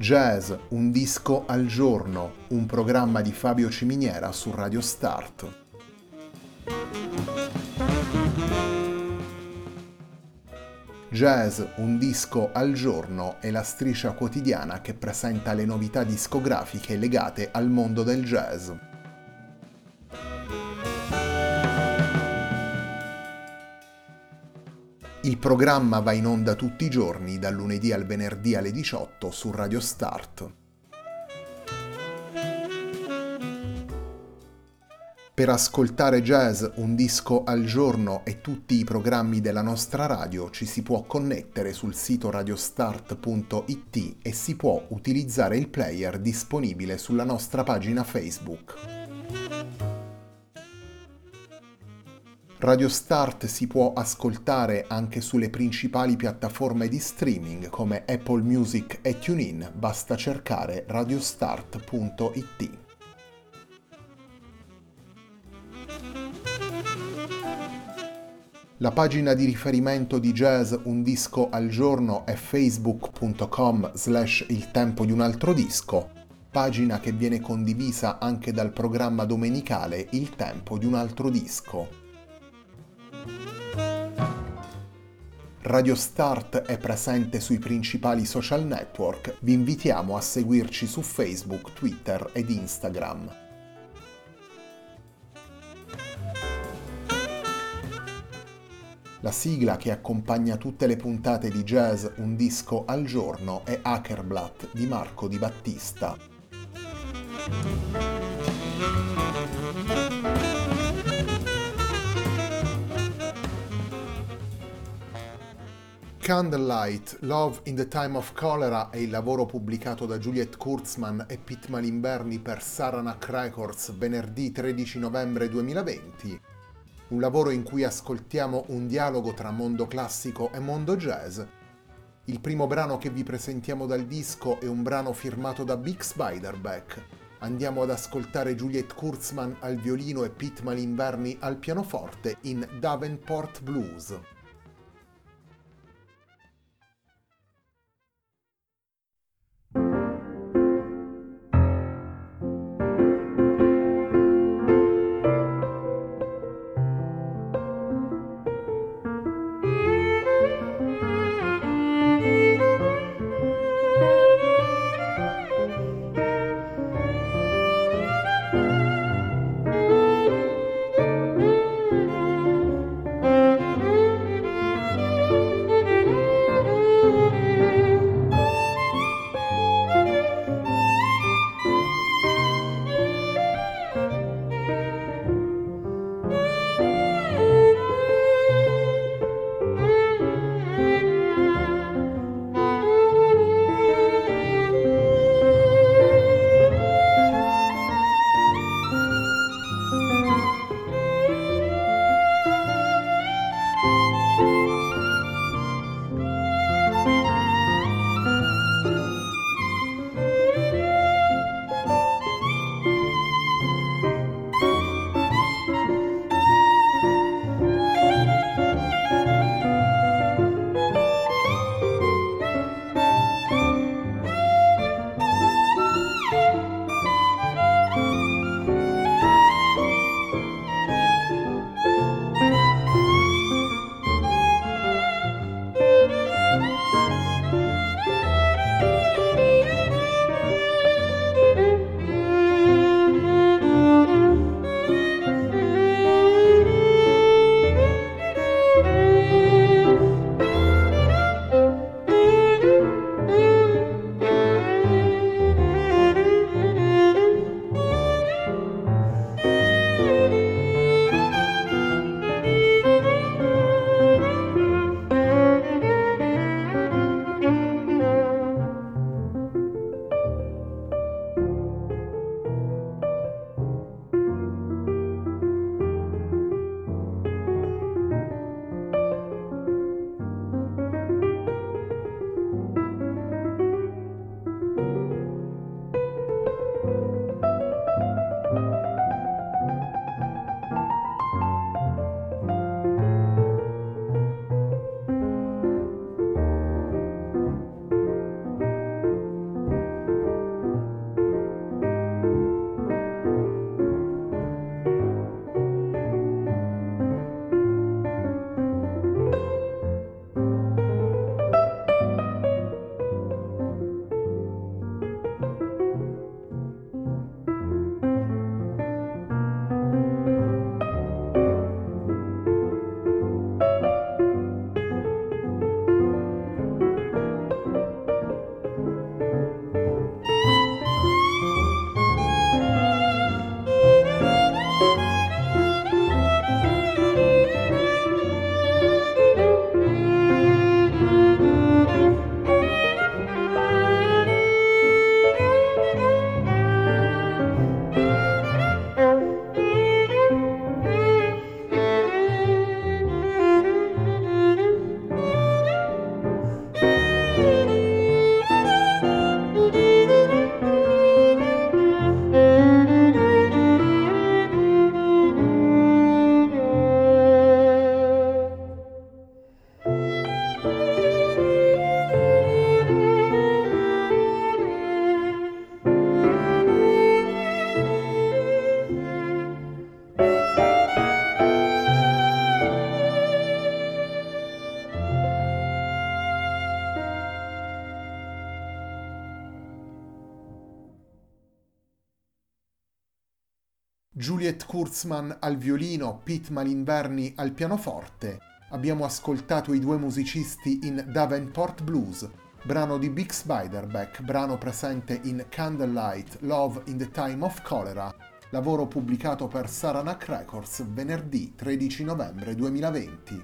Jazz, un disco al giorno, un programma di Fabio Ciminiera su Radio Start. Jazz, un disco al giorno è la striscia quotidiana che presenta le novità discografiche legate al mondo del jazz. Il programma va in onda tutti i giorni, dal lunedì al venerdì alle 18 su Radio Start. Per ascoltare Jazz, un disco al giorno e tutti i programmi della nostra radio ci si può connettere sul sito radiostart.it e si può utilizzare il player disponibile sulla nostra pagina Facebook. Radio Start si può ascoltare anche sulle principali piattaforme di streaming come Apple Music e TuneIn, basta cercare radiostart.it. La pagina di riferimento di Jazz Un Disco al Giorno è facebook.com/il tempo di un altro disco, pagina che viene condivisa anche dal programma domenicale Il tempo di un altro disco. Radio Start è presente sui principali social network, vi invitiamo a seguirci su Facebook, Twitter ed Instagram. La sigla che accompagna tutte le puntate di Jazz Un Disco al Giorno è Hackerblatt di Marco Di Battista. Candlelight, Love in the Time of Cholera è il lavoro pubblicato da Juliet Kurtzman e Pete Malimberni per Saranac Records venerdì 13 novembre 2020. Un lavoro in cui ascoltiamo un dialogo tra mondo classico e mondo jazz. Il primo brano che vi presentiamo dal disco è un brano firmato da Bix Beiderbecke. Andiamo ad ascoltare Juliet Kurtzman al violino e Pete Malimberni al pianoforte in Davenport Blues. Juliet Kurtzman al violino, Pete Malinverni al pianoforte. Abbiamo ascoltato i due musicisti in Davenport Blues, brano di Bix Beiderbecke, brano presente in Candlelight, Love in the Time of Cholera, lavoro pubblicato per Saranac Records venerdì 13 novembre 2020.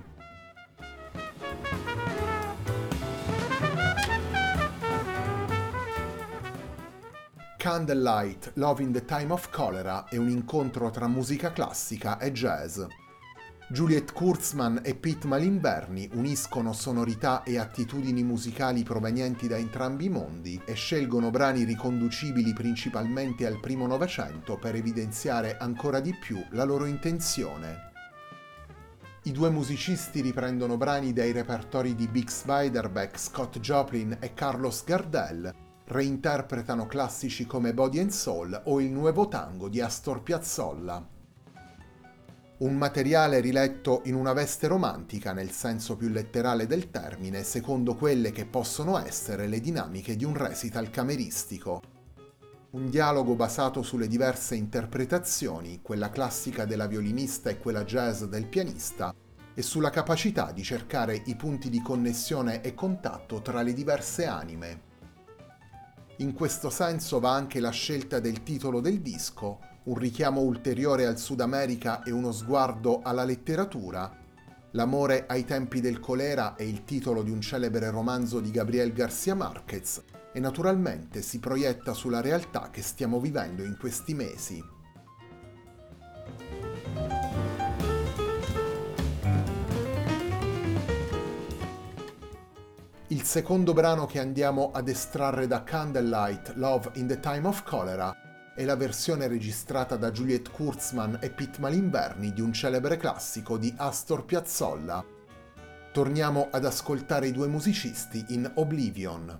Candlelight, Love in the Time of Cholera è un incontro tra musica classica e jazz. Juliet Kurtzman e Pete Malinverni uniscono sonorità e attitudini musicali provenienti da entrambi i mondi e scelgono brani riconducibili principalmente al primo Novecento per evidenziare ancora di più la loro intenzione. I due musicisti riprendono brani dai repertori di Bix Beiderbecke, Scott Joplin e Carlos Gardel, reinterpretano classici come Body and Soul o Il Nuevo Tango di Astor Piazzolla. Un materiale riletto in una veste romantica nel senso più letterale del termine, secondo quelle che possono essere le dinamiche di un recital cameristico. Un dialogo basato sulle diverse interpretazioni, quella classica della violinista e quella jazz del pianista, e sulla capacità di cercare i punti di connessione e contatto tra le diverse anime. In questo senso va anche la scelta del titolo del disco, un richiamo ulteriore al Sud America e uno sguardo alla letteratura. L'amore ai tempi del colera è il titolo di un celebre romanzo di Gabriel García Márquez e naturalmente si proietta sulla realtà che stiamo vivendo in questi mesi. Il secondo brano che andiamo ad estrarre da Candlelight, Love in the Time of Cholera, è la versione registrata da Juliet Kurtzman e Pete Malinverni di un celebre classico di Astor Piazzolla. Torniamo ad ascoltare i due musicisti in Oblivion.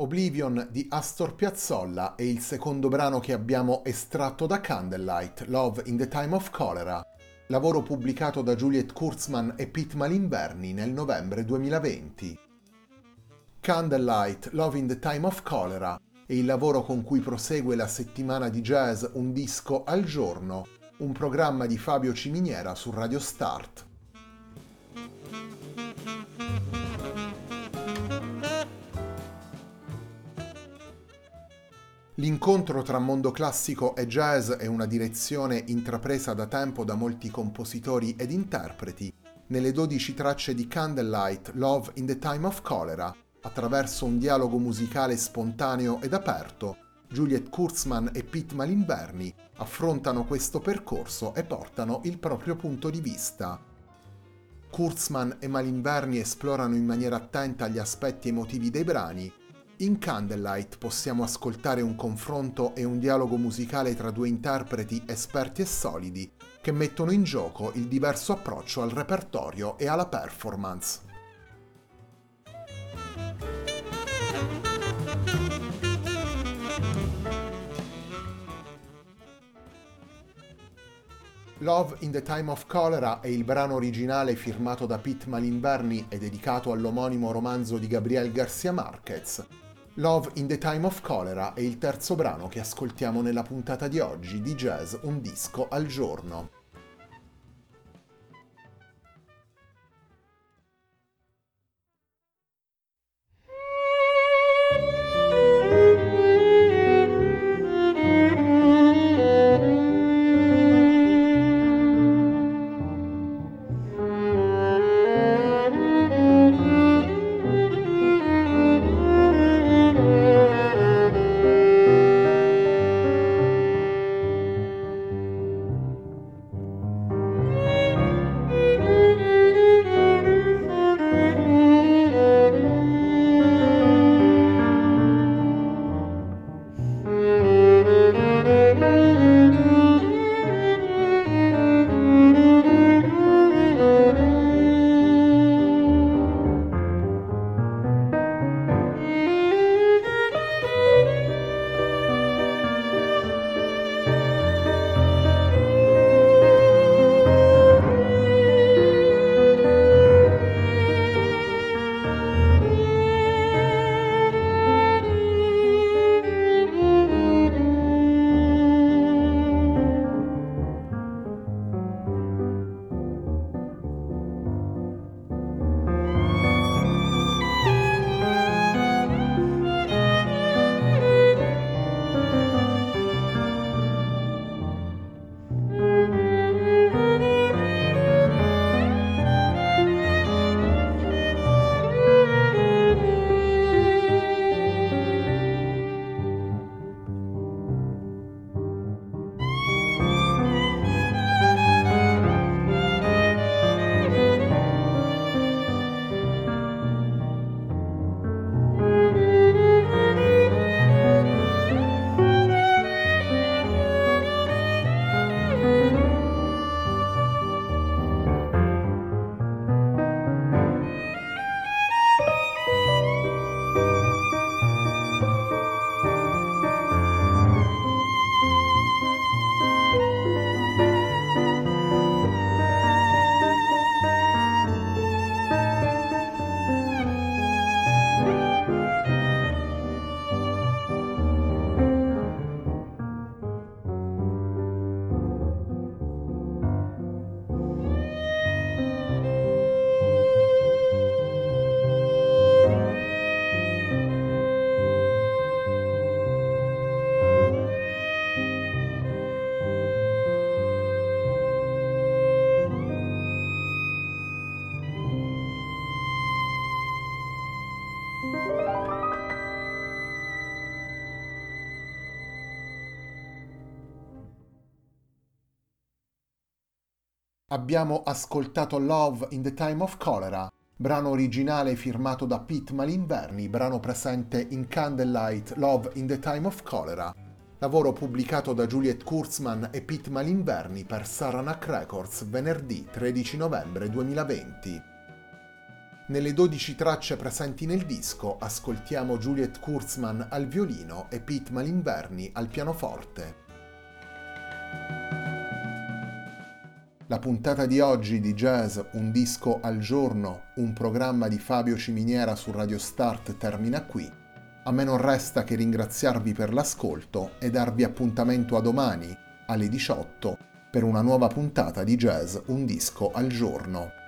Oblivion di Astor Piazzolla è il secondo brano che abbiamo estratto da Candlelight, Love in the Time of Cholera, lavoro pubblicato da Juliet Kurtzman e Pete Malinverni nel novembre 2020. Candlelight, Love in the Time of Cholera è il lavoro con cui prosegue la settimana di jazz Un disco al giorno, un programma di Fabio Ciminiera su Radio Start. L'incontro tra mondo classico e jazz è una direzione intrapresa da tempo da molti compositori ed interpreti. Nelle 12 tracce di Candlelight, Love in the Time of Cholera, attraverso un dialogo musicale spontaneo ed aperto, Juliet Kurtzman e Pete Malinverni affrontano questo percorso e portano il proprio punto di vista. Kurtzman e Malinverni esplorano in maniera attenta gli aspetti emotivi dei brani. In Candlelight possiamo ascoltare un confronto e un dialogo musicale tra due interpreti esperti e solidi che mettono in gioco il diverso approccio al repertorio e alla performance. Love in the Time of Cholera è il brano originale firmato da Pete Malinverni e dedicato all'omonimo romanzo di Gabriel García Márquez. Love in the Time of Cholera è il terzo brano che ascoltiamo nella puntata di oggi di Jazz Un disco al giorno. Abbiamo ascoltato Love in the Time of Cholera, brano originale firmato da Pete Malinverni, brano presente in Candlelight, Love in the Time of Cholera, lavoro pubblicato da Juliet Kurtzman e Pete Malinverni per Saranac Records venerdì 13 novembre 2020. Nelle 12 tracce presenti nel disco ascoltiamo Juliet Kurtzman al violino e Pete Malimberni al pianoforte. La puntata di oggi di Jazz Un disco al giorno, un programma di Fabio Ciminiera su Radio Start termina qui. A me non resta che ringraziarvi per l'ascolto e darvi appuntamento a domani alle 18 per una nuova puntata di Jazz Un disco al giorno.